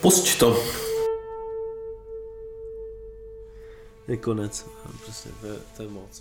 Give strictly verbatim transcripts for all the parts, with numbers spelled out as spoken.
Pusť to. Je konec. Prostě, to, je, to je moc.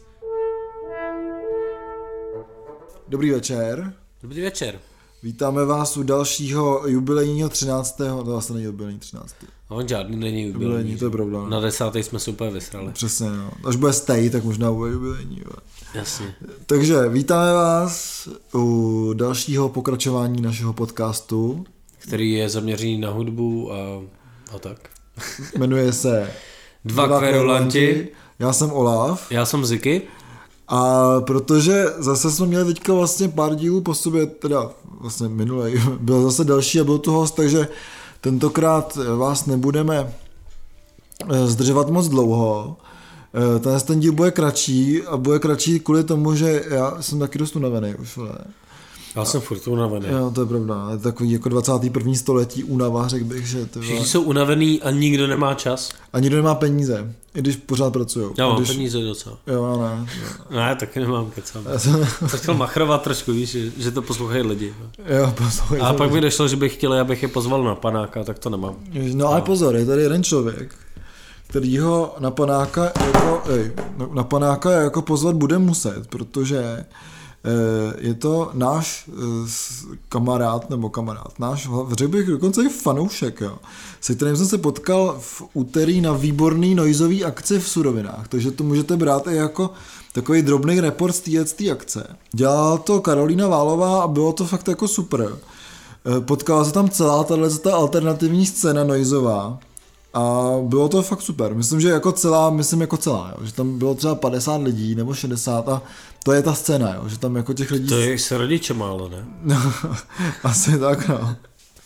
Dobrý večer. Dobrý večer. Vítáme vás u dalšího jubilejního třináctého To vlastně není jubilejní třináctého A on žádný není jubilejní. Jubilejní, to je problém. Na desátý jsme se úplně vysrali. Přesně, no. Až bude stay, tak možná bude jubilejní. Jo. Jasně. Takže vítáme vás u dalšího pokračování našeho podcastu. Který je zaměřený na hudbu a, a tak. Jmenuje se Dva, Dva kverulanti. Já jsem Olaf. Já jsem Ziky. A protože zase jsme měli teďka vlastně pár dílů po sobě, teda vlastně minulej, byl zase další a byl tu host, takže tentokrát vás nebudeme zdržovat moc dlouho. Ten, ten díl bude kratší a bude kratší kvůli tomu, že já jsem taky dost unavený už, ne? Já jsem furt unavený. Jo, to je pravda. Je takový jako dvacátého prvního století únava, řekl bych, že to Všichni jsou unavený a nikdo nemá čas. A nikdo nemá peníze, i když pořád pracujou. Já mám když... peníze docela. Jo, ne. Ne, taky nemám, kecám. Jsem chtěl machrovat trošku, víš, že, že to poslouchají lidi. Jo, poslouchají. A pak mi došlo, že bych chtěl, abych je pozval na panáka, tak to nemám. No ale pozor, je tady jeden člověk, který ho na panáka jako, ej, na panáka jako pozvat bude muset, protože je to náš kamarád, nebo kamarád, náš, řekl bych dokonce i fanoušek, jo, se kterým jsem se potkal v úterý na výborný noizový akci v Surovinách, takže to můžete brát i jako takový drobný report z té akce. Dělala to Karolína Válová a bylo to fakt jako super. Potkala se tam celá tato alternativní scéna noizová a bylo to fakt super. Myslím, že jako celá, myslím jako celá, jo, že tam bylo třeba padesát lidí nebo šedesát a to je ta scéna, jo, že tam jako těch lidí... To je s rodiče málo, ne? No, asi tak, no.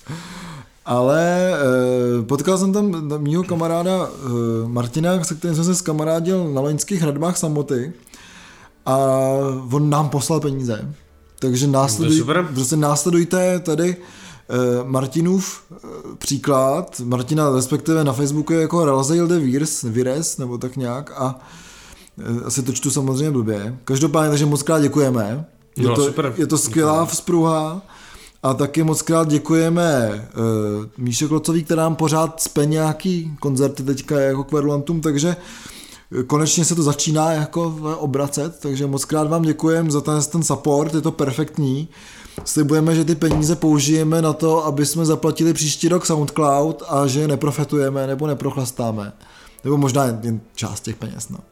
Ale eh, potkal jsem tam mýho kamaráda eh, Martina, se kterým jsem se zkamarádil na loňských hradbách Samoty a on nám poslal peníze. Takže následuj, prostě následujte tady eh, Martinův eh, příklad. Martina respektive na Facebooku je jako Ralzeil de Vires, Vires, nebo tak nějak a asi to čtu samozřejmě blbě. Každopádně, takže moc krát děkujeme. Je, no, to, super. je to skvělá vzpruha a taky moc krát děkujeme uh, Míše Klocový, která nám pořád cpe nějaký koncerty teďka jako kverulantům, takže konečně se to začíná jako obracet, takže moc krát vám děkujeme za ten, ten support, je to perfektní. Slibujeme, že ty peníze použijeme na to, aby jsme zaplatili příští rok SoundCloud a že neprofetujeme nebo neprochlastáme. Nebo možná jen část těch peněz, no.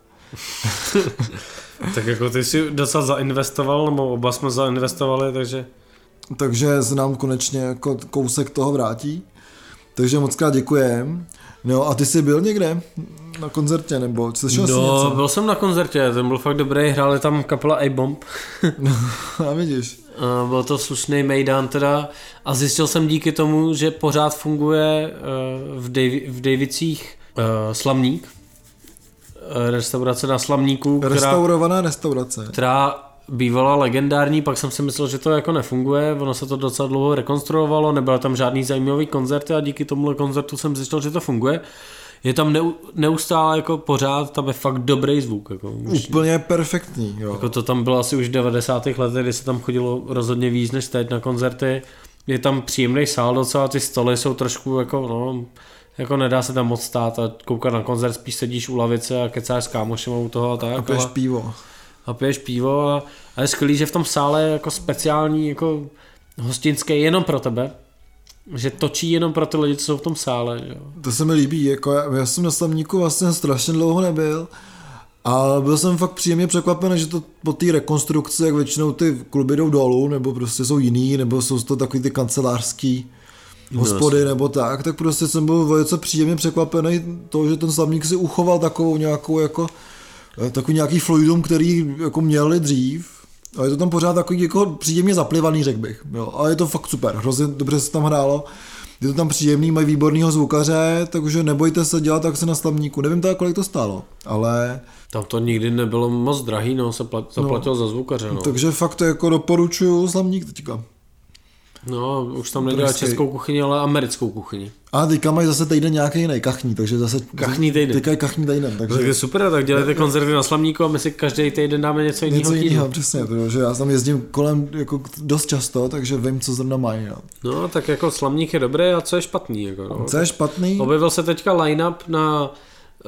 Tak jako ty jsi docela zainvestoval, nebo oba jsme zainvestovali, takže... Takže se nám konečně jako kousek toho vrátí. Takže moc krát děkujem. No a ty jsi byl někde na koncertě, nebo slyšel jsi no, něco? Byl jsem na koncertě, ten byl fakt dobrý, hráli tam kapela A-Bomb. No, a vidíš. A byl to slušný mejdan teda a zjistil jsem díky tomu, že pořád funguje v, Davi- v Davicích Slamník. Restaurace na Slamníku, která, restaurovaná restaurace, která bývala legendární, pak jsem si myslel, že to jako nefunguje, ono se to docela dlouho rekonstruovalo, nebyly tam žádný zajímavý koncerty a díky tomuhle koncertu jsem zjistil, že to funguje. Je tam neu, neustále jako pořád, tam je fakt dobrý zvuk. Jako, úplně perfektní. Jo. Jako to tam bylo asi už v devadesátých letech, kdy se tam chodilo rozhodně víc než teď na koncerty. Je tam příjemný sál docela, ty stoly jsou trošku jako no... Jako nedá se tam moc stát a koukat na koncert, spíš sedíš u lavice a kecáš s kámošem u toho a tak. A piješ pivo. A piješ pivo a, a je skvělý, že v tom sále je jako speciální, jako hostinský jenom pro tebe. Že točí jenom pro ty lidi, co jsou v tom sále. Jo. To se mi líbí, jako já, já jsem na Slamníku vlastně strašně dlouho nebyl a byl jsem fakt příjemně překvapen, že to po té rekonstrukci, jak většinou ty kluby jdou dolů, nebo prostě jsou jiný, nebo jsou to takový ty kancelářský hospody no, nebo tak, tak prostě jsem byl velice příjemně překvapený to, že ten Slamník si uchoval takovou nějakou jako takový nějaký fluidum, který jako měli dřív a je to tam pořád takový jako příjemně zaplivaný, řekl bych, jo, a je to fakt super, hrozně dobře se tam hrálo, je to tam příjemný, mají výbornýho zvukaře, takže nebojte se dělat tak se na Slamníku, nevím teda, kolik to stálo, ale... Tam to nikdy nebylo moc drahý, no, se plat, zaplatil no, za zvukaře, no. Takže fakt jako doporučuju Slamník teďka. No, už tam nedělá českou kuchyni, ale americkou kuchyni. A teďka mají zase týden nějaký jiný, kachní, takže zase... Kachní týden. Teďka je kachní týden, takže... Takže super, tak děláte koncerty na Slamníku a my si každý týden dáme něco jiného. Něco jiného, přesně, protože já tam jezdím kolem jako dost často, takže vím, co zrovna mají. No, no tak jako Slamník je dobrý a co je špatný? Jako, no. Co je špatný? Objevil se teďka line-up na... Uh,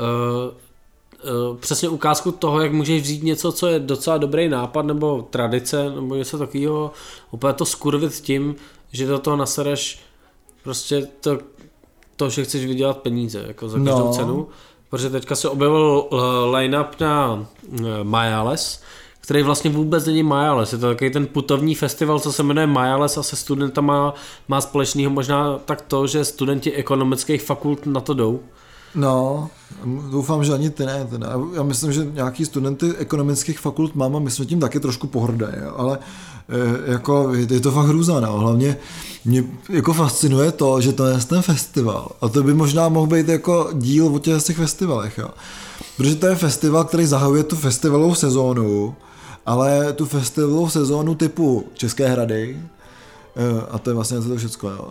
Uh, přesně ukázku toho, jak můžeš vzít něco, co je docela dobrý nápad, nebo tradice, nebo něco takového, úplně to skurvit tím, že do toho nasereš prostě to, to, že chceš vydělat peníze, jako za každou no. cenu, protože teďka se objevil uh, line-up na uh, Majales, který vlastně vůbec není Majales, je to takový ten putovní festival, co se jmenuje Majales a se studentama má společného možná tak to, že studenti ekonomických fakult na to jdou. No, doufám, že ani ty ne. Ty ne. Já myslím, že nějaký studenty ekonomických fakult mám a my jsme tím taky trošku pohrdají, ale e, jako je to fakt hrůza, no. Hlavně mě jako fascinuje to, že to je ten festival a to by možná mohl být jako díl o těch, těch festivalech, jo. Protože to je festival, který zahajuje tu festivalovou sezónu, ale tu festivalovou sezónu typu České hrady e, a to je vlastně to všechno, jo.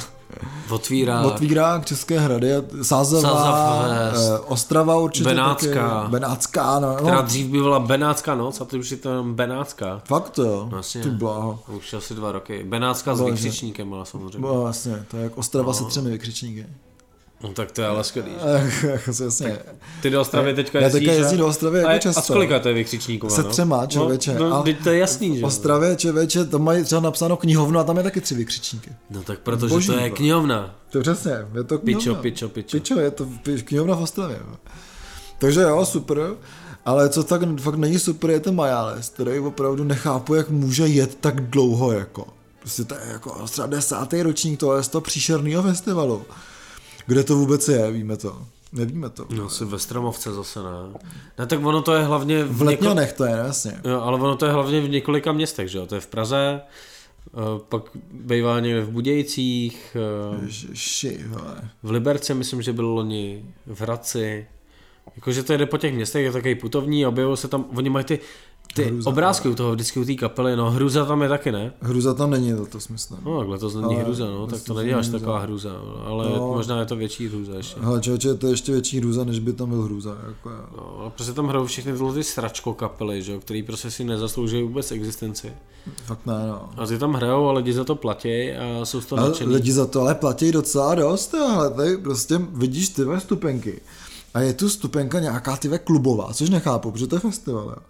Otvírák. Otvírák, České hrady, Sázava, eh, Ostrava určitě. Benátská. Taky. Benátská, no. Která dřív byla Benátská noc a teď už je to jenom Benátská. Fakt to? Vlastně. Ty bláho. Už asi dva roky. Benátská s vykřičníkem, ale samozřejmě. No vlastně, to je jak Ostrava no. se třemi vykřičníky. No tak to je ale skvělý. Jasně. Ty do Ostravy teďka jezdíš. Já teďka jezdím do Ostravy jako často. A z kolika to je vykřičníků? Se třema, člověče. No, no to je jasný, že? V Ostravě, člověče, tam mají třeba napsáno knihovnu a tam je taky tři vykřičníky. No tak protože Boží, to je knihovna. To přesně, je to knihovna. Pičo, pičo, pičo. Pičo, je to knihovna v Ostravě. Takže jo, super. Ale co tak fakt není super, je ten Majales, který opravdu nechápu, jak může jet tak dlouho, jako. Prostě to je jako třeba desátý ročník toho, je z toho příšernýho festivalu. Kde to vůbec je, víme to. Nevíme to. No asi ve Stromovce zase ne. Ne, tak ono to je hlavně... V, v Letňanech to je, jasně. Jo, ale ono to je hlavně v několika městech, že jo? To je v Praze, pak bývá někde v Budějcích, Ježiši, v Liberci myslím, že bylo loni, v Hradci. Jakože to jde po těch městech, je takový putovní, objevil se tam, oni mají ty, ty hruza, obrázky u toho, vždycky u té kapely, no hruza tam je taky, ne? Hruza tam není, to, to smysl. No takhle to není hruza, no, tak to není až taková hruza, ale no, možná je to větší hruza ještě. Hele člověče, to je ještě větší hruza, než by tam byl hruza, jako já. No, a prostě tam hrajou všechny tyhle ty sračko kapely, že jo, který prostě si nezaslouží vůbec existenci. Fakt ne, no. A ty tam hrajou a lidi za to platí a jsou z toho nadšený. Lidi za to ale platí docela dost, ale tady prostě vidíš ty stupenky. A je tu stupenka nějaká tyve klubová, což nechápu, protože to je festival. Jo.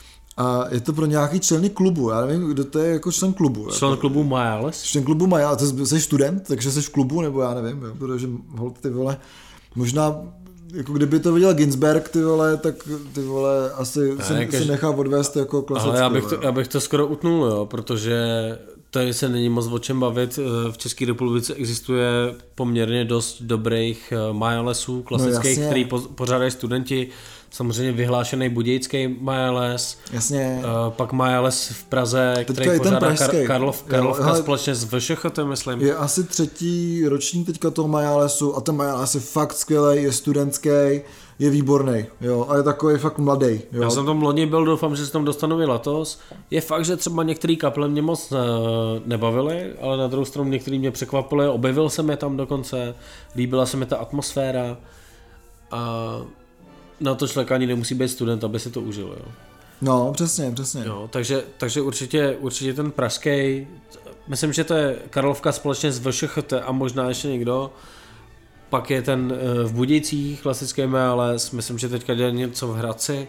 A je to pro nějaký členy klubu, já nevím, kdo to je jako člen klubu. Člen jako, klubu Majales? Člen klubu Majales, to jsi student, takže jsi v klubu, nebo já nevím, jo, protože holt ty vole, možná, jako kdyby to viděl Ginsberg, ty vole, tak ty vole asi ne, si, jakož, si nechá odvést jako klasicky. Ale já bych, to, já bych to skoro utnul, jo, protože tady se není moc o čem bavit. V České republice existuje poměrně dost dobrých Majalesů, klasických, no který po, pořádají studenti. Samozřejmě vyhlášený budějický Majales, jasně. Uh, pak Majales v Praze, teďka který pořádá Kar- Karlov, Karlovka jo, společně s V Š Ch, to myslím. Je asi třetí ročník teďka toho Majalesu a ten Majales je fakt skvělý, je studentský, je výborný, jo, a je takový fakt mladý. Jo. Já jsem tam loni byl, doufám, že se tam dostanu i letos. Je fakt, že třeba některý kaple mě moc ne, nebavily, ale na druhou stranu některý mě překvapily, objevil jsem je tam dokonce, líbila se mi ta atmosféra a na to člověk ani nemusí být student, aby si to užil, jo. No, přesně, přesně. Jo, takže, takže určitě, určitě ten pražský, myslím, že to je Karlovka společně s V Š Ch a možná ještě někdo. Pak je ten v Budějcích klasický Majales, myslím, že teďka dělá něco v Hradci.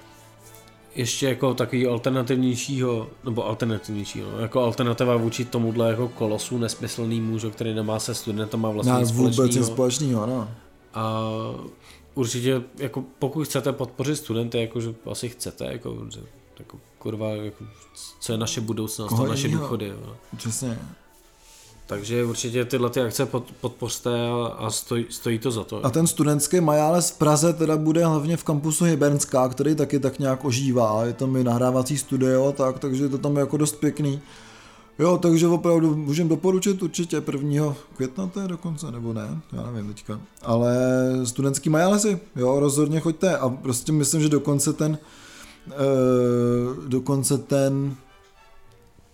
Ještě jako takový alternativnějšího, nebo alternativnějšího, jako alternativa vůči tomuhle jako kolosu nesmyslnýmu, že, který nemá se studentama vlastně nic společného. Vůbec nic společného, no. A určitě, jako pokud chcete podpořit studenty, jakože asi chcete, jako, jako kurva, jako, co je naše budoucnost, a naše důchody. Jo. Přesně. Takže určitě tyhle ty akce pod, podpořte a, a stojí, stojí to za to. A ten studentský Majales v Praze teda bude hlavně v kampusu Hybernská, který taky tak nějak ožívá, je tam i nahrávací studio, tak, takže to tam je jako dost pěkný. Jo, takže opravdu můžeme doporučit určitě prvního května to je dokonce, nebo ne, já nevím teďka. Ale studentský Majalesy, jo, rozhodně choďte a prostě myslím, že dokonce ten, e, dokonce ten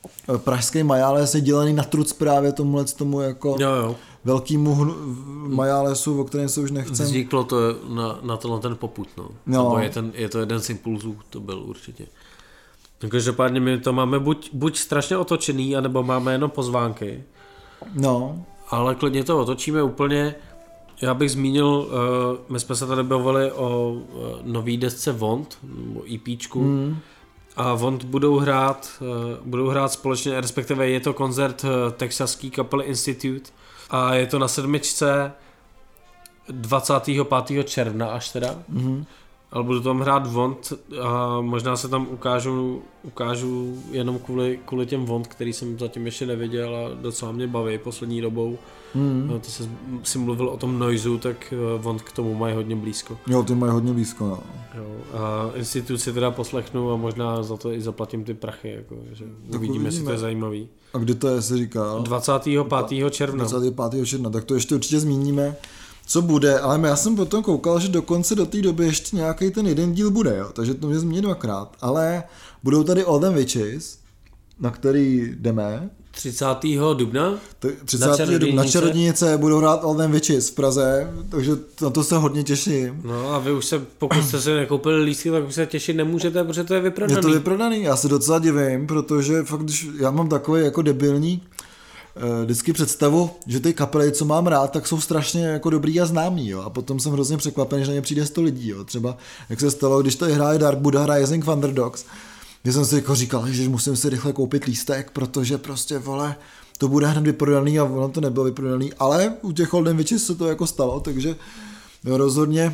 pražský Majáles je dělaný na truc právě tomuhle tomu jako jo, jo. velkýmu hnu, Majálesu, o kterém se už nechcem. Vzniklo to na, na tenhle ten popud, no. no. Je, ten, je to jeden z impulzů, to byl určitě. Každopádně my to máme buď, buď strašně otočený, anebo máme jenom pozvánky. No. Ale klidně to otočíme úplně. Já bych zmínil, uh, my jsme se tady bavili o uh, nový desce Vont, o EPčku. Mm. A Vont budou hrát, uh, budou hrát společně, respektive je to koncert uh, texaský kapely Institute a je to na sedmičce dvacátého pátého června až teda. Mm. Ale budu tam hrát Vont a možná se tam ukážu, ukážu jenom kvůli, kvůli těm Vont, který jsem zatím ještě neviděl a docela mě baví poslední dobou. Mm. No, ty jsi, jsi mluvil o tom noizu, tak Vont k tomu mají hodně blízko. Jo, ty mají hodně blízko, no. Jo, a instituci teda poslechnu a možná za to i zaplatím ty prachy, jako, že uvidíme, jestli to je zajímavý. A kdy to je, se říká? dvacátého pátého června. dvacátého pátého června, tak to ještě určitě zmíníme. Co bude, ale já jsem potom koukal, že dokonce do té doby ještě nějaký ten jeden díl bude, jo, takže to mě změní dvakrát, ale budou tady Old and Witches, na který jdeme. třicátého dubna? třicátého dubna na Čarodějnice budou hrát Old and Witches v Praze, takže na to se hodně těším. No a vy už se, pokud jste si nekoupili lístky, tak už se těšit nemůžete, protože to je vyprodaný. Je to vyprodaný, já se docela divím, protože fakt, když já mám takový jako debilní vždycky představu, že ty kapely, co mám rád, tak jsou strašně jako dobrý a známý, jo. A potom jsem hrozně překvapený, že na ně přijde sto lidí, jo. Třeba, jak se stalo, když tady hráje Dark Buddha Rising Thunder Dogs, kde jsem si jako říkal, že musím si rychle koupit lístek, protože prostě, vole, to bude hned vyprodaný a ono to nebylo vyprodaný, ale u těch Old and Witches se to jako stalo, takže jo, rozhodně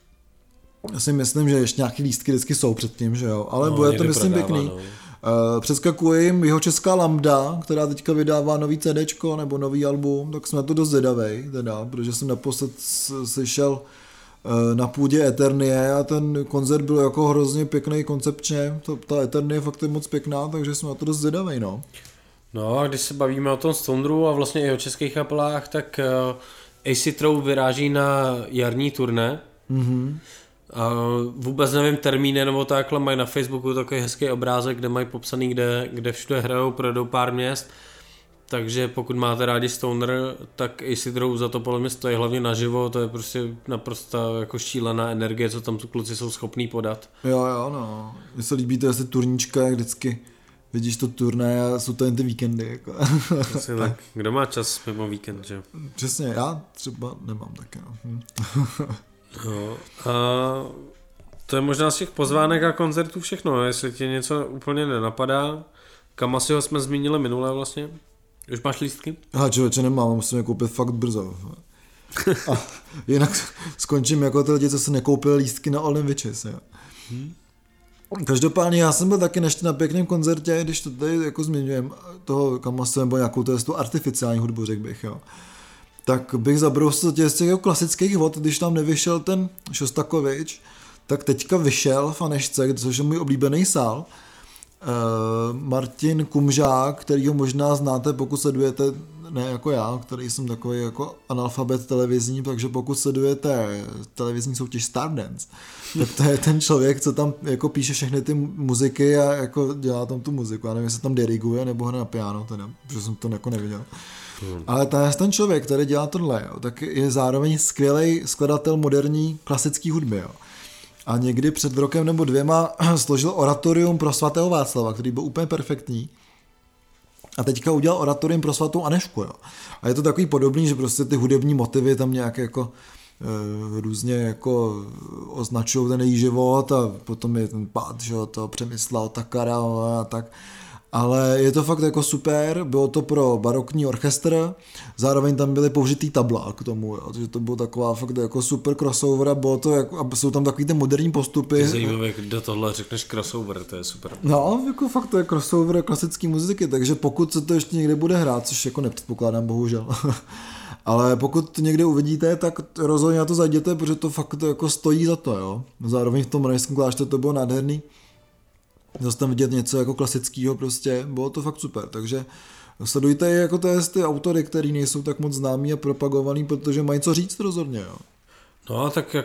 si myslím, že ještě nějaký lístky vždycky jsou předtím, že jo, ale no, bude to myslím pěkný. No. Uh, přeskakuje jim jeho česká Lambda, která teďka vydává nový CDčko nebo nový album, tak jsme to dost zvědavej, teda, protože jsem naposled slyšel uh, na půdě Eternie a ten koncert byl jako hrozně pěkný koncepčně, to, ta Eternie fakt je moc pěkná, takže jsme na to dost zvědavej, no. No a když se bavíme o tom Stoneru a vlastně i o českých kapelách, tak uh, Acid Row vyráží na jarní turné. Mhm. A vůbec nevím termíny nebo takhle, mají na Facebooku takový hezký obrázek, kde mají popsaný, kde, kde všude hrajou, projedou pár měst, takže pokud máte rádi Stoner, tak Acid Row za to podle mě stojí hlavně naživo, to je prostě naprosto jako šílená energie, co tam tu kluci jsou schopní podat. Jo, jo, no, mně se líbí to, jestli turníčka, jak vždycky vidíš to turné a jsou to jen ty víkendy, jako. Asi tak, kdo má čas mimo víkend, že? Přesně, já třeba nemám taky, no. Hm. No, a to je možná z těch pozvánek a koncertů všechno, jestli ti něco úplně nenapadá. Kamasiho jsme zmínili minule vlastně. Už máš lístky? Aha, člověče, nemám, musím je koupit fakt brzo. A jinak skončím jako ty lidi, co se nekoupili lístky na Old and Witches, jo. Hmm. Každopádně já jsem byl taky ještě na pěkném koncertě, když to tady jako zmiňujem, toho Kamasiho nebo nějakou to je tu artificiální hudbu, řekl bych, jo. Tak bych zabrousil těch z těch klasických vod, když tam nevyšel ten Šostakovič, tak teďka vyšel v Anešce, což je můj oblíbený sál, uh, Martin Kumžák, který ho možná znáte, pokud sledujete, ne jako já, který jsem takový jako analfabet televizní, takže pokud sledujete televizní soutěž Stardance, tak to je ten člověk, co tam jako píše všechny ty muziky a jako dělá tam tu muziku. Já nevím, jestli tam diriguje nebo hraje na piano, teda, protože jsem to jako neviděl. Hmm. Ale ten, ten člověk, který dělá tohle, jo, tak je zároveň skvělý skladatel moderní klasické hudby. Jo. A někdy před rokem nebo dvěma složil oratorium pro svatého Václava, který byl úplně perfektní. A teďka udělal oratorium pro svatou Anežku. Jo. A je to takový podobný, že prostě ty hudební motivy tam nějak jako e, různě jako označují ten její život a potom je ten pád, že to Přemysla Takara a tak. Ale je to fakt jako super, bylo to pro barokní orchestr, zároveň tam byly použitý tabla k tomu, jo, takže to bylo taková fakt jako super crossover a bylo to jako, a jsou tam takový ty moderní postupy. Je zajímavé, kdo tohle řekneš crossover, to je super. No, jako fakt to je crossover klasické muziky, takže pokud se to ještě někde bude hrát, což jako nepředpokládám, bohužel. Ale pokud to někde uvidíte, tak rozhodně na to zajděte, protože to fakt to jako stojí za to, jo. Zároveň v tom Rajském klášteře to bylo nádherný. Zase tam vidět něco jako klasického prostě, bylo to fakt super, takže sledujte jako to ty autory, který nejsou tak moc známí a propagovaný, protože mají co říct rozhodně, jo. No tak jako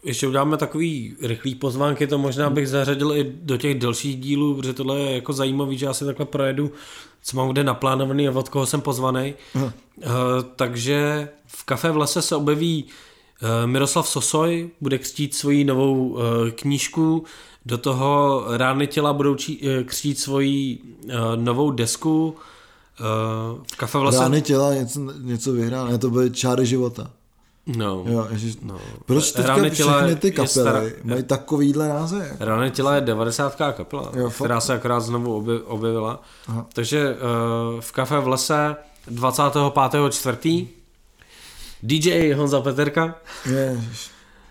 ještě uděláme takový rychlý pozvánky, to možná bych zařadil i do těch dalších dílů, protože tohle je jako zajímavý, že já si takhle projedu, co mám kde naplánovaný a od koho jsem pozvaný. Uh, takže v Kafe v lese se objeví uh, Miroslav Sosoj, bude křtít svoji novou uh, knížku, do toho Rány těla budou čí, uh, křtít svoji uh, novou desku. Uh, v Kafe v lese... Rány těla něco, něco vyhrál, ne, to byly Čáry života. No. Jo, ježiš, no. Proč teďka všechny ty kapely mají takovýhle název? Rány těla je devadesátka kapela, jo, která se akorát znovu objevila. Aha. Takže uh, v Kafe v lese dvacátého pátého čtvrtého D J Honza Peterka. Ježiš.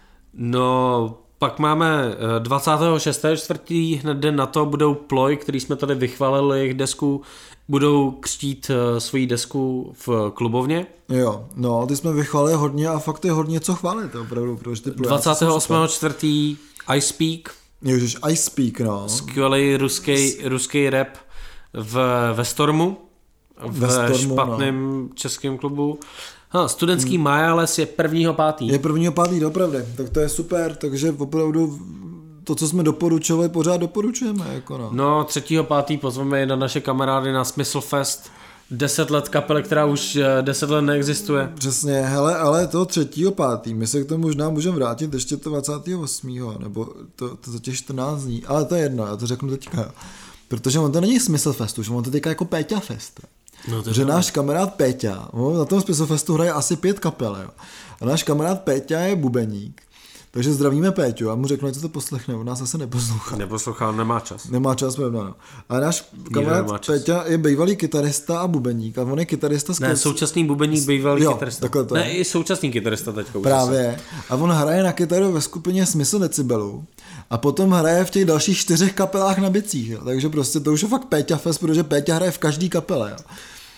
No, pak máme dvacátého šestého čtvrtého hned den na to budou Ploj, který jsme tady vychvalili jejich desku, budou křtít uh, svoji desku v klubovně. Jo, no, ty jsme vychválili hodně a fakt je hodně co chválit, opravdu, protože ty dvacátého osmého čtvrtého I Speak. Ježiš, I Speak, no. Skvělý ruský, ruský rap v, ve Stormu, v ve Stormu, špatném no. českém klubu. Ha, studentský hmm. Majales je prvního pátý. Je prvního pátý, dopravdy, tak to je super, takže opravdu to, co jsme doporučovali, pořád doporučujeme. Jako no. no, třetího pátý pozveme na naše kamarády na Smysl Fest. Deset let kapely, která už deset let neexistuje. Přesně, hele, ale toho třetího pátý, my se k tomu možná můžeme vrátit ještě to dvacátého osmého nebo to, to za těch čtrnáct dní, ale to je jedno, já to řeknu teďka. Protože on to není Smysl Fest, už on to teďka jako Péťa Fest. No, že náš kamarád Péťa, na tom Smysl Festu hraje asi pět kapel, jo. A náš kamarád Péťa je bubeník. Takže zdravíme Péťu a mu řeknu, co to poslechne, on nás asi neposlouchá. Neposlouchá, nemá čas. Nemá čas, pevno, no. Ale náš kamarád Péťa je bývalý kytarista a bubeník a on je kytarista... Ne, skvěl... současný bubeník, bývalý jo, kytarista. Takhle to je. Ne, i současný kytarista teďka. Právě. A on hraje na kytaru ve skupině Smysl Decibelů a potom hraje v těch dalších čtyřech kapelách na bicích, jo. Takže prostě to už je fakt Péťa Fest, protože Péťa hraje v každý kapele, jo.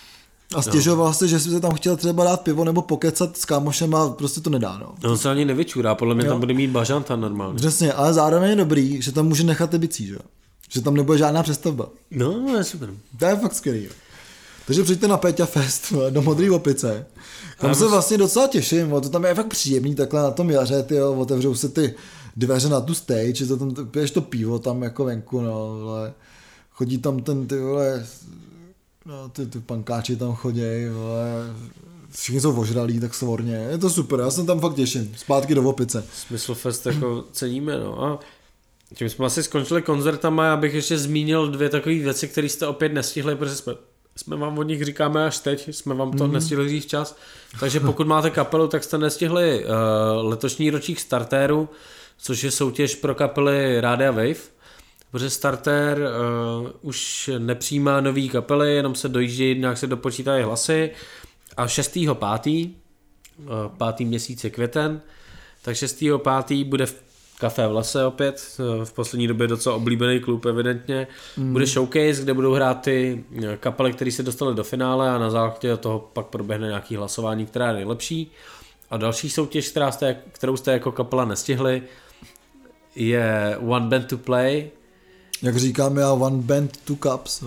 A stěžoval no. se, že si se tam chtěl třeba dát pivo nebo pokecat s kámošem a prostě to nedá. No, no on se ani nevyčurá, podle mě jo. Tam bude mít bažanta normálně. Přesně, ale zároveň je dobrý, že tam může nechat ty bicí, že? Že tam nebude žádná přestavba. No, je super. To je fakt skvělý. Jo. Takže přijďte na Péťa Fest do Modrý opice. Tam se vlastně docela těším, to tam je fakt příjemný takhle na tom jaře, tyjo, otevřou se ty dveře na tu stage, to tam piješ to pivo tam jako venku, no, ale chodí tam ten, ty vole, no, ty, ty pankáči tam choděj, vole, všichni jsou ožralí, tak svorně, je to super, já jsem tam fakt těším, zpátky do opice. Smysl Fest jako ceníme, no a tím jsme asi skončili koncertama, já bych ještě zmínil dvě takové věci, které jste opět nestihli, protože jsme, jsme vám o nich říkáme až teď, jsme vám to mm. nestihli říct včas, takže pokud máte kapelu, tak jste nestihli uh, letošní ročník Startéru, což je soutěž pro kapely Rádia Wave, protože Starter uh, už nepřijímá nový kapely, jenom se dojíždějí, nějak se dopočítají hlasy a šestého pátého Uh, pátý měsíc je květen, tak šestého pátého bude v Kafe v lese opět, uh, v poslední době docela oblíbený klub evidentně, mm. bude showcase, kde budou hrát ty kapely, které se dostaly do finále a na základě toho pak proběhne nějaký hlasování, která je nejlepší. A další soutěž, která jste, kterou jste jako kapela nestihli, je One Band to Play. Jak říkám já, One Band to Cups.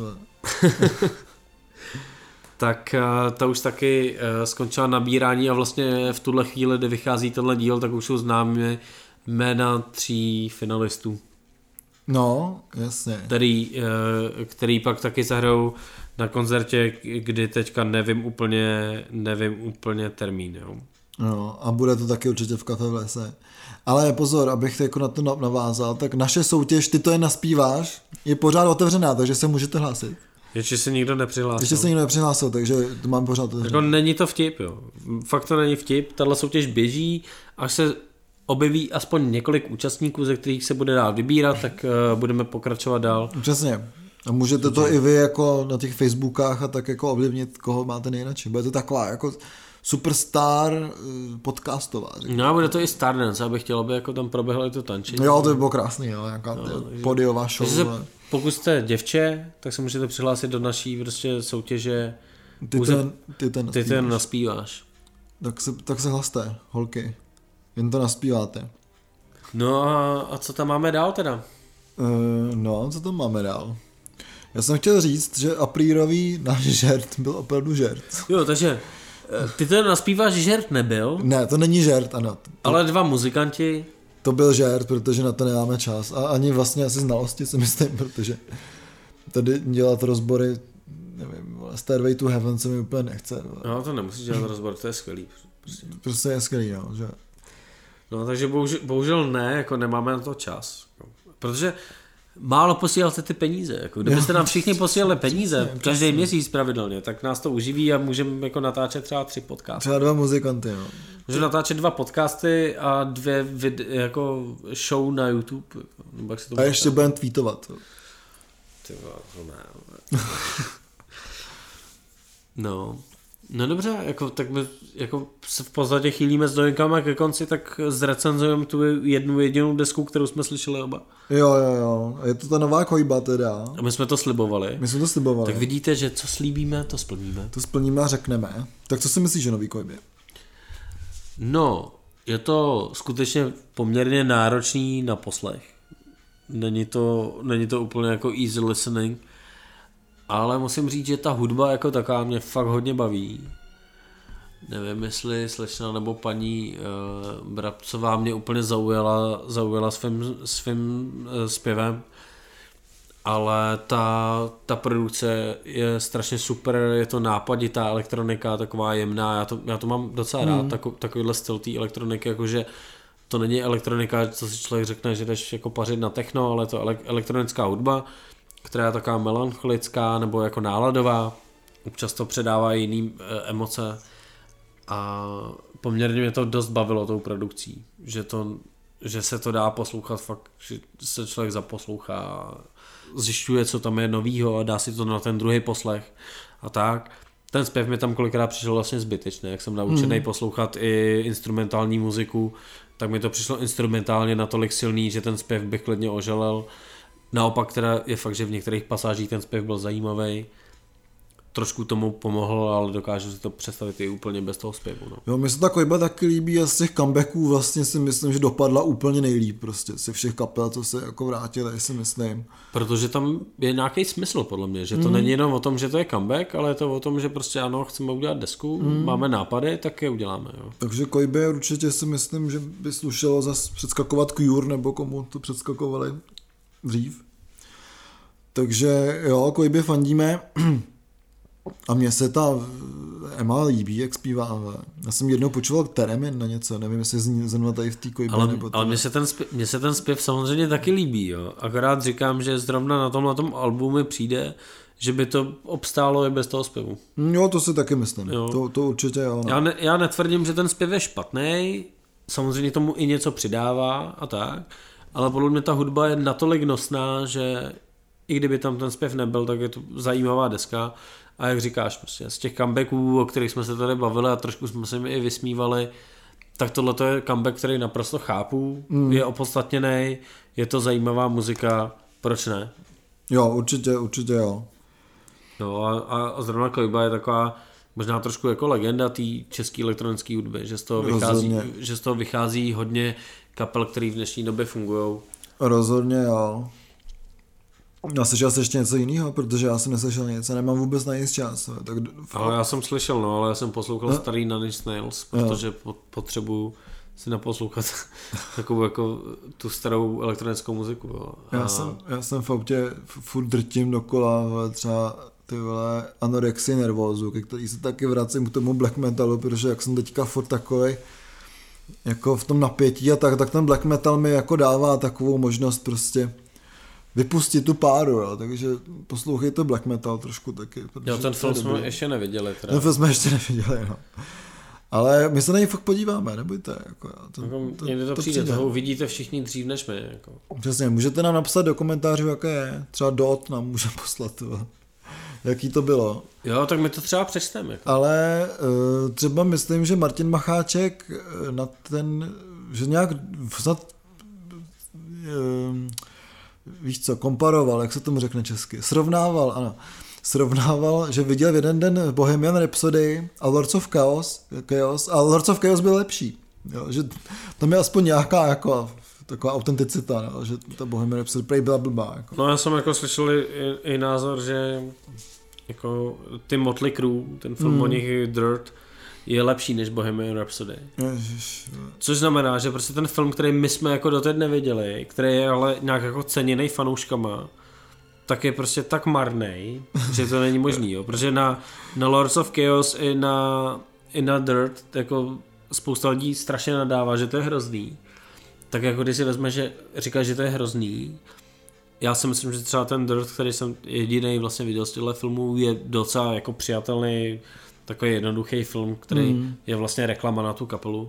Tak to už taky skončila nabírání a vlastně v tuhle chvíli, kdy vychází tenhle díl, tak už jsou známé jména tří finalistů. No, jasně. Který, který pak taky zahrajou na koncertě, kdy teďka nevím úplně, nevím úplně termín. Jo. No, a bude to taky určitě v Kafe v lese. Ale pozor, abych jako na to navázal, tak naše soutěž Ty to jen naspíváš je pořád otevřená, takže se můžete hlásit. Ještě se nikdo nepřihlásil. Ještě se nikdo nepřihlásil, takže to mám pořád otevřené. Jako není to vtip, jo. Fakt to není vtip, tahle soutěž běží, až se objeví aspoň několik účastníků, ze kterých se bude dál vybírat, tak uh, budeme pokračovat dál. Přesně. A můžete to i vy jako na těch Facebookách a tak jako ovlivnit, koho máte nejradši. Bude to taková jako superstar podcastová. Řekl. No a bude to i Stardance, abych chtěl, aby jako tam proběhlo i to tančení. Jo, to by bylo krásný, jo, nějaká no, podiová show. Se, pokud jste děvče, tak se můžete přihlásit do naší prostě soutěže Ty ten, ty ten, ty ten naspíváš. Tak se, tak se hlaste, holky. Jen to naspíváte. No a, a co tam máme dál teda? Uh, no, co tam máme dál? Já jsem chtěl říct, že Aprírový náš žert byl opravdu žert. Jo, takže ty to naspíváš, žert nebyl. Ne, to není žert, ano. Ale dva muzikanti. to byl žert, protože na to nemáme čas. A ani vlastně asi znalosti si myslím, protože tady dělat rozbory, nevím, Stairway to Heaven se mi úplně nechce. No to nemusíš dělat rozbor, to je skvělý. Prostě, prostě je skvělý, no, že... No takže bohužel, bohužel ne, jako nemáme na to čas. Protože málo posíláte ty peníze. Jako kdybyste nám všichni posílali peníze přesně, každý přesně. měsíc pravidelně, tak nás to uživí a můžeme jako natáčet třeba tři podcasty. Třeba dva muzikanty, no. Můžeme natáčet dva podcasty a dvě vid, jako show na YouTube. Nebo se to a ještě budeme tweetovat. Ty to ne. No. No dobře, jako, tak my jako se v podstatě chýlíme s novinkama ke konci, tak zrecenzujeme tu jednu jedinou desku, kterou jsme slyšeli oba. Jo, jo, jo. Je to ta nová Koiba teda. A my jsme to slibovali. My jsme to slibovali. Tak vidíte, že co slíbíme, to splníme. To splníme a řekneme. Tak co si myslíš o nový Koibě? No, je to skutečně poměrně náročný na poslech. Není to, není to úplně jako easy listening. Ale musím říct, že ta hudba jako taková mě fakt hodně baví. Nevím, jestli slečna nebo paní uh, Brabcová mě úplně zaujala, zaujala svým, svým uh, zpěvem, ale ta, ta produkce je strašně super, je to nápaditá elektronika, taková jemná, já to, já to mám docela mm. rád, tako, takovýhle styl té elektroniky, jakože to není elektronika, co si člověk řekne, že jdeš jako pařit na techno, ale to je elektronická hudba, která je taková melancholická nebo jako náladová, občas to předává jiný e, emoce a poměrně mě to dost bavilo tou produkcí, že, to, že se to dá poslouchat fakt, že se člověk zaposlouchá, zjišťuje, co tam je novýho a dá si to na ten druhý poslech a tak. Ten zpěv mi tam kolikrát přišel vlastně zbytečný, jak jsem naučený hmm. poslouchat i instrumentální muziku, tak mi to přišlo instrumentálně natolik silný, že ten zpěv bych klidně oželel. Naopak teda je fakt, že v některých pasážích ten zpěv byl zajímavý. Trošku tomu pomohl, ale dokážu si to představit i úplně bez toho zpěvu. No. Jo, mi se ta Koiba taky líbí a z těch comebacků vlastně si myslím, že dopadla úplně nejlíp prostě. Z všech kapel, co se jako vrátili, si myslím. Protože tam je nějaký smysl podle mě, že to mm. není jenom o tom, že to je comeback, ale je to o tom, že prostě ano, chceme udělat desku, mm. máme nápady, tak je uděláme. Jo. Takže Koibě určitě si myslím, že by slušelo zase předskakovat Cure nebo komu to předskakovali dřív. Takže jo, Koibě fandíme. A mně se ta Emma líbí, jak zpívá. Já jsem jednou počuval Teremin na něco, nevím, jestli zrovna tady v té Koibě. Ale, nebo ale mně, se ten zpěv, mně se ten zpěv samozřejmě taky líbí. Jo. Akorát říkám, že zrovna na tomhle tom albu mi přijde, že by to obstálo i bez toho zpěvu. Jo, to si taky myslím. To, to určitě jo. No. Já, ne, já netvrdím, že ten zpěv je špatný, samozřejmě tomu i něco přidává a tak, ale podle mě ta hudba je natolik nosná, že i kdyby tam ten zpěv nebyl, tak je to zajímavá deska. A jak říkáš, prostě z těch comebacků, o kterých jsme se tady bavili a trošku jsme se mi i vysmívali, tak tohle je comeback, který naprosto chápu, mm. je opodstatněný, je to zajímavá muzika, proč ne? Jo, určitě, určitě jo. No a, a zrovna Koiba je taková možná trošku jako legenda té české elektronické hudby, že z toho vychází, že z toho vychází hodně kapel, který v dnešní době fungují. Rozhodně jo. Já slyšel jsi ještě něco jiného, protože já jsem neslyšel nic a nemám vůbec na nic čas. Tak... Ale já jsem slyšel, no, ale já jsem poslouchal no. starý Nine Inch Nails, protože no. potřebuji si naposlouchat takovou jako tu starou elektronickou muziku. Jo. A... Já, jsem, já jsem v autě furt drtím dokola třeba ty vole Anorexii Nervózu, ke který se taky vracím k tomu black metalu, protože jak jsem teďka furt takovej jako v tom napětí a tak, tak ten black metal mi jako dává takovou možnost prostě vypustit tu páru, jo, takže poslouchejte black metal trošku taky. Jo, ten film jsme ještě neviděli. Teda. Ten film jsme ještě neviděli, no. Ale my se na něj fakt podíváme, nebojte. Jako, to, jako, to, někdy to, to přijde, toho uvidíte všichni dřív než my. Jako. Přesně, můžete nám napsat do komentářů, jaké je. Třeba Dot nám může poslat, jo. Jaký to bylo. Jo, tak my to třeba přečteme. Jako. Ale uh, třeba myslím, že Martin Macháček na ten, že nějak snad uh, víš co, komparoval, jak se tomu řekne česky, srovnával, ano, srovnával, že viděl v jeden den Bohemian Rhapsody a Lords of Chaos, Chaos a Lords of Chaos byl lepší, jo, že tam je aspoň nějaká jako taková autenticita, no, že ta Bohemian Rhapsody prej byla blbá. Jako. No já jsem jako slyšel i, i názor, že jako ty Motley Crue, ten film mm. o nich Dirt, je lepší než Bohemian Rhapsody. Ježiš. Což znamená, že prostě ten film, který my jsme jako doteď neviděli, který je ale nějak jako ceněný fanouškama, tak je prostě tak marnej, že to není možný, jo. Protože na, na Lords of Chaos i na, i na Dirt jako spousta lidí strašně nadává, že to je hrozný. Tak jako když si vezme, že říká, že to je hrozný, já si myslím, že třeba ten Dirt, který jsem jedinej vlastně viděl z těchto filmů, je docela jako přijatelný, takový jednoduchý film, který mm. je vlastně reklama na tu kapelu.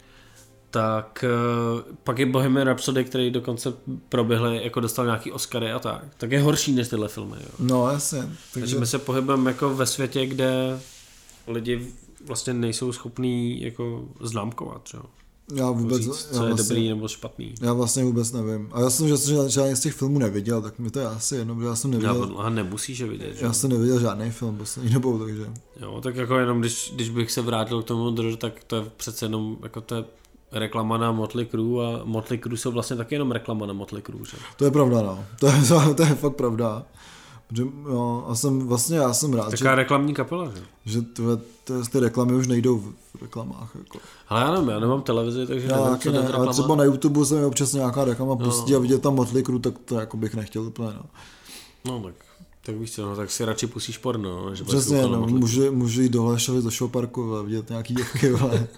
Tak pak je Bohemian Rhapsody, který dokonce proběhl, jako dostal nějaký Oscary a tak. Tak je horší než tyhle filmy. Jo. No jasně. Takže... takže my se pohybujeme jako ve světě, kde lidi vlastně nejsou schopní jako známkovat. Jo. Já vůbec, říct, já co je vlastně, dobrý nebo špatný. Já vlastně vůbec nevím. A já jsem, že jsem žádný z těch filmů neviděl, tak mi to je asi jedno, protože já jsem neviděl. Já nemusíš je vidět. Já jsem neviděl žádný film poslední dobou, takže. Jo, tak jako jenom když, když bych se vrátil k tomu Dirt, tak to je přece jenom jako to je reklama na Motley Crue a Motley Crue jsou vlastně taky jenom reklama na Motley Crue, že? To je pravda, no. To je, to, to je fakt pravda. Že, jo, a jsem, vlastně já jsem rád, Taká že, reklamní kapela, že? že tve, tve, ty reklamy už nejdou v reklamách. Jako. Ale já nevím, já nemám televizi, takže já nevím, co ne, reklama. ale třeba na YouTube se mi občas nějaká reklama pustí no. a vidět tam Motley Crue, tak to jako bych nechtěl úplně, no. No tak, tak víš co, no, tak si radši pustíš porno, no, než přesně, no, můžu, můžu jít do Hlešovy do showparku a vidět nějaký děvky, ale...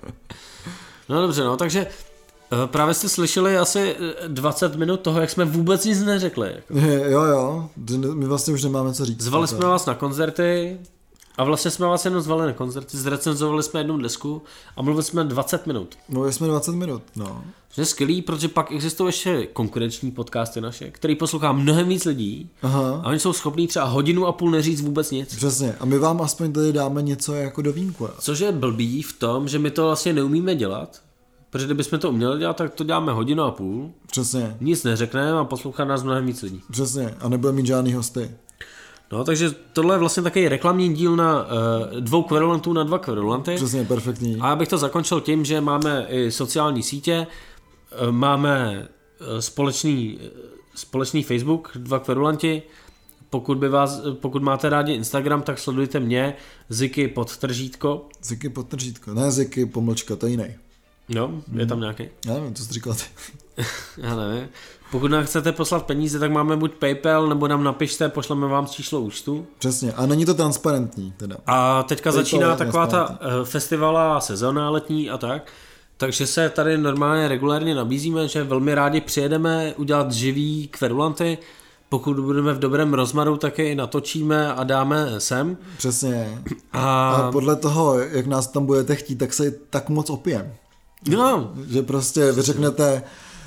No dobře, no, takže právě jste slyšeli asi dvacet minut toho, jak jsme vůbec nic neřekli. Jako. Jo, jo, my vlastně už nemáme co říct. Zvali jsme vás na koncerty a vlastně jsme vás jenom zvali na koncerty, zrecenzovali jsme jednu desku a mluvili jsme dvacet minut. Mluvili jsme dvacet minut, no. To je skvělý, protože pak existují ještě konkurenční podcasty naše, který poslouchá mnohem víc lidí. Aha. A oni jsou schopní třeba hodinu a půl neříct vůbec nic. Přesně, a my vám aspoň tady dáme něco jako do vínku. Což je blbý v tom, že my to vlastně neumíme dělat, protože kdybychom to uměli dělat, tak to děláme hodinu a půl. Přesně. Nic neřekneme a poslouchá nás mnohem víc lidí. Přesně, a nebude mít žádný hosty. No, takže tohle je vlastně takový reklamní díl na uh, dvou kverulantů na dva kverulanty. Přesně, perfektní. A já bych to zakončil tím, že máme i sociální sítě, uh, máme uh, společný, uh, společný Facebook, dva kverulanti. Pokud, by vás, pokud máte rádi Instagram, tak sledujte mě, Ziky podtržítko. Ziky podtržítko, ne Ziky pomlčka, to je jiný. Jo, je hmm. tam nějaký. Já nevím, co jsi říkal ty. Já nevím. Pokud nám chcete poslat peníze, tak máme buď PayPal, nebo nám napište, pošleme vám číslo účtu. Přesně, a není to transparentní teda. A teďka PayPal začíná taková ta uh, festivala sezóna letní a tak, takže se tady normálně regulárně nabízíme, že velmi rádi přijedeme udělat živý kverulanty. Pokud budeme v dobrém rozmaru, tak je i natočíme a dáme sem. Přesně. A, a podle toho, jak nás tam budete chtít, tak se tak moc opijem. No. Že prostě vy řeknete,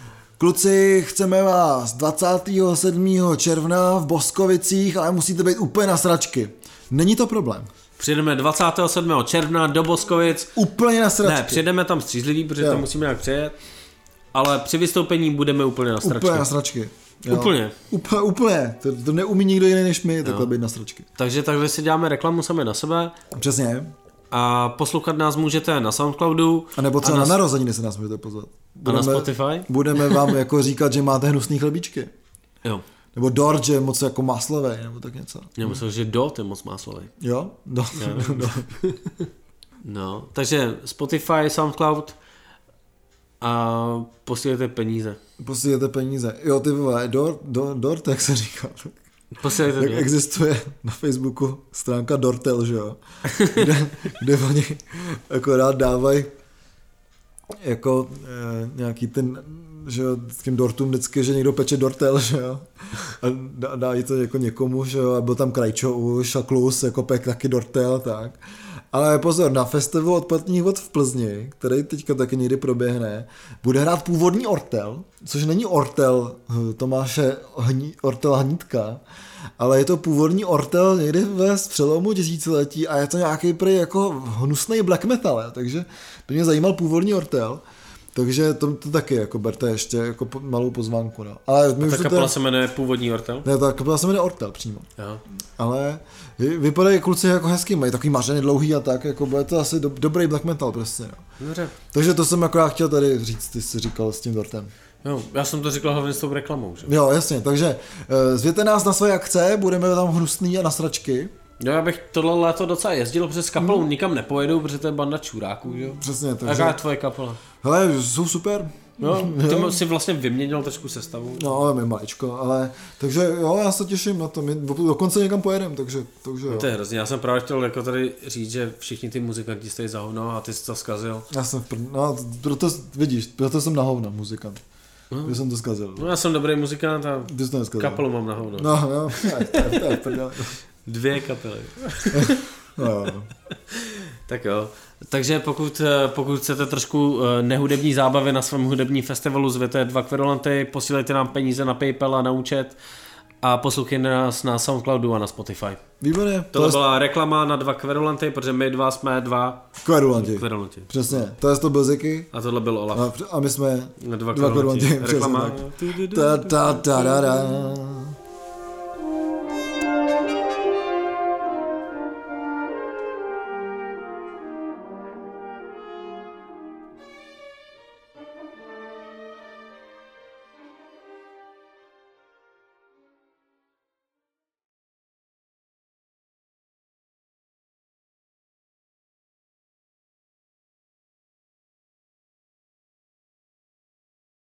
kluci, chceme vás dvacátého sedmého června v Boskovicích, ale musíte být úplně na sračky. Není to problém. Přijedeme dvacátého sedmého června do Boskovic. Úplně na sračky. Ne, přijedeme tam střízlivý, protože jo. tam musíme nějak přijet. Ale při vystoupení budeme úplně na sračky. Úplně na sračky. Jo. Úplně. Úplně, úplně. To, to neumí nikdo jiný než my, takhle být na sračky. Takže takhle si děláme reklamu sami na sebe. Přesně. A poslouchat nás můžete na Soundcloudu. A nebo třeba a na narozeniny se nás můžete pozvat. Budeme, a na Spotify? Budeme vám jako říkat, že máte hnusný chlebíčky. Jo. Nebo dort, že je moc jako máslovej, nebo tak něco. Já myslím, že dort je moc máslovej. Jo? Do. no. no, takže Spotify, Soundcloud a posílejte peníze. Posílejte peníze. Jo, ty vole, dort, dort, dort, jak se říká. Posílejte tak existuje na Facebooku stránka Dortel, že jo? Kde, kde oni akorát dávají jako e, nějaký ten, že jo, s tím dortům vždycky, že někdo peče dortel, že jo? A dá, dají to jako někomu, že jo? A byl tam Krajčou, Šaklus, jako pek taky dortel, tak. Ale pozor, na festivalu odpadních vod v Plzni, který teďka taky někdy proběhne, bude hrát původní ortel, což není ortel Tomáše Hní, ortel Hnítka, ale je to původní ortel někdy ve přelomu tisíciletí a je to nějaký prý jako hnusný black metal, takže by mě zajímal původní ortel. Takže to, to taky jako berte ještě jako po, malou pozvánku. No. Ale a ta kapela ten... se jmenuje Původní ortel? Ne, ta kapela se jmenuje Ortel přímo. Jo. Ale vy, vypadají kluci jako hezký, mají takový mařený dlouhý a tak, jako bude to asi do, dobrý black metal prostě. No. Dobře. Takže to jsem akorát chtěl tady říct, ty jsi říkal s tím dortem. Jo, já jsem to říkal hlavně s tou reklamou. Že? Jo, jasně, takže zvěte nás na své akce, budeme tam hnusný a na sračky. Jo, já bych tohle léto docela jezdil, protože s kapelou hmm. nikam nepojedu, protože to je banda čuráků, jo. Přesně, takže... Jaká je tvoje kapela? Hele, jsou super. No, ty jsi vlastně vyměnil trošku sestavu. No, ale my maličko, ale takže jo, já se těším na to, my dokonce někam pojedem, takže, takže jo. No to je hrozně, já jsem právě chtěl jako tady říct, že všichni ty muzikanti stojí za hovno a ty jsi to zkazil. Já jsem, no, proto vidíš, proto jsem na hovno muzikant. Hmm. Že jsem to zkazil. No já jsem dobrý muzikant a kapelu mám na hovno. No, no, tak, tak, Dvě kapely. No. Tak jo. Takže pokud, pokud chcete trošku nehudební zábavy na svém hudební festivalu, zvěte dva kverulanty, posílejte nám peníze na PayPal a na účet a poslouchejte nás na Soundcloudu a na Spotify. Výborně. Tohle byla je... reklama na dva kverulanty, protože my dva jsme dva kverulanti. kverulanti. Přesně. To je to byl Ziky. A tohle byl Olaf. A, a my jsme dva kverulanti. Reklama. Ta, ta, ta, ta, ta.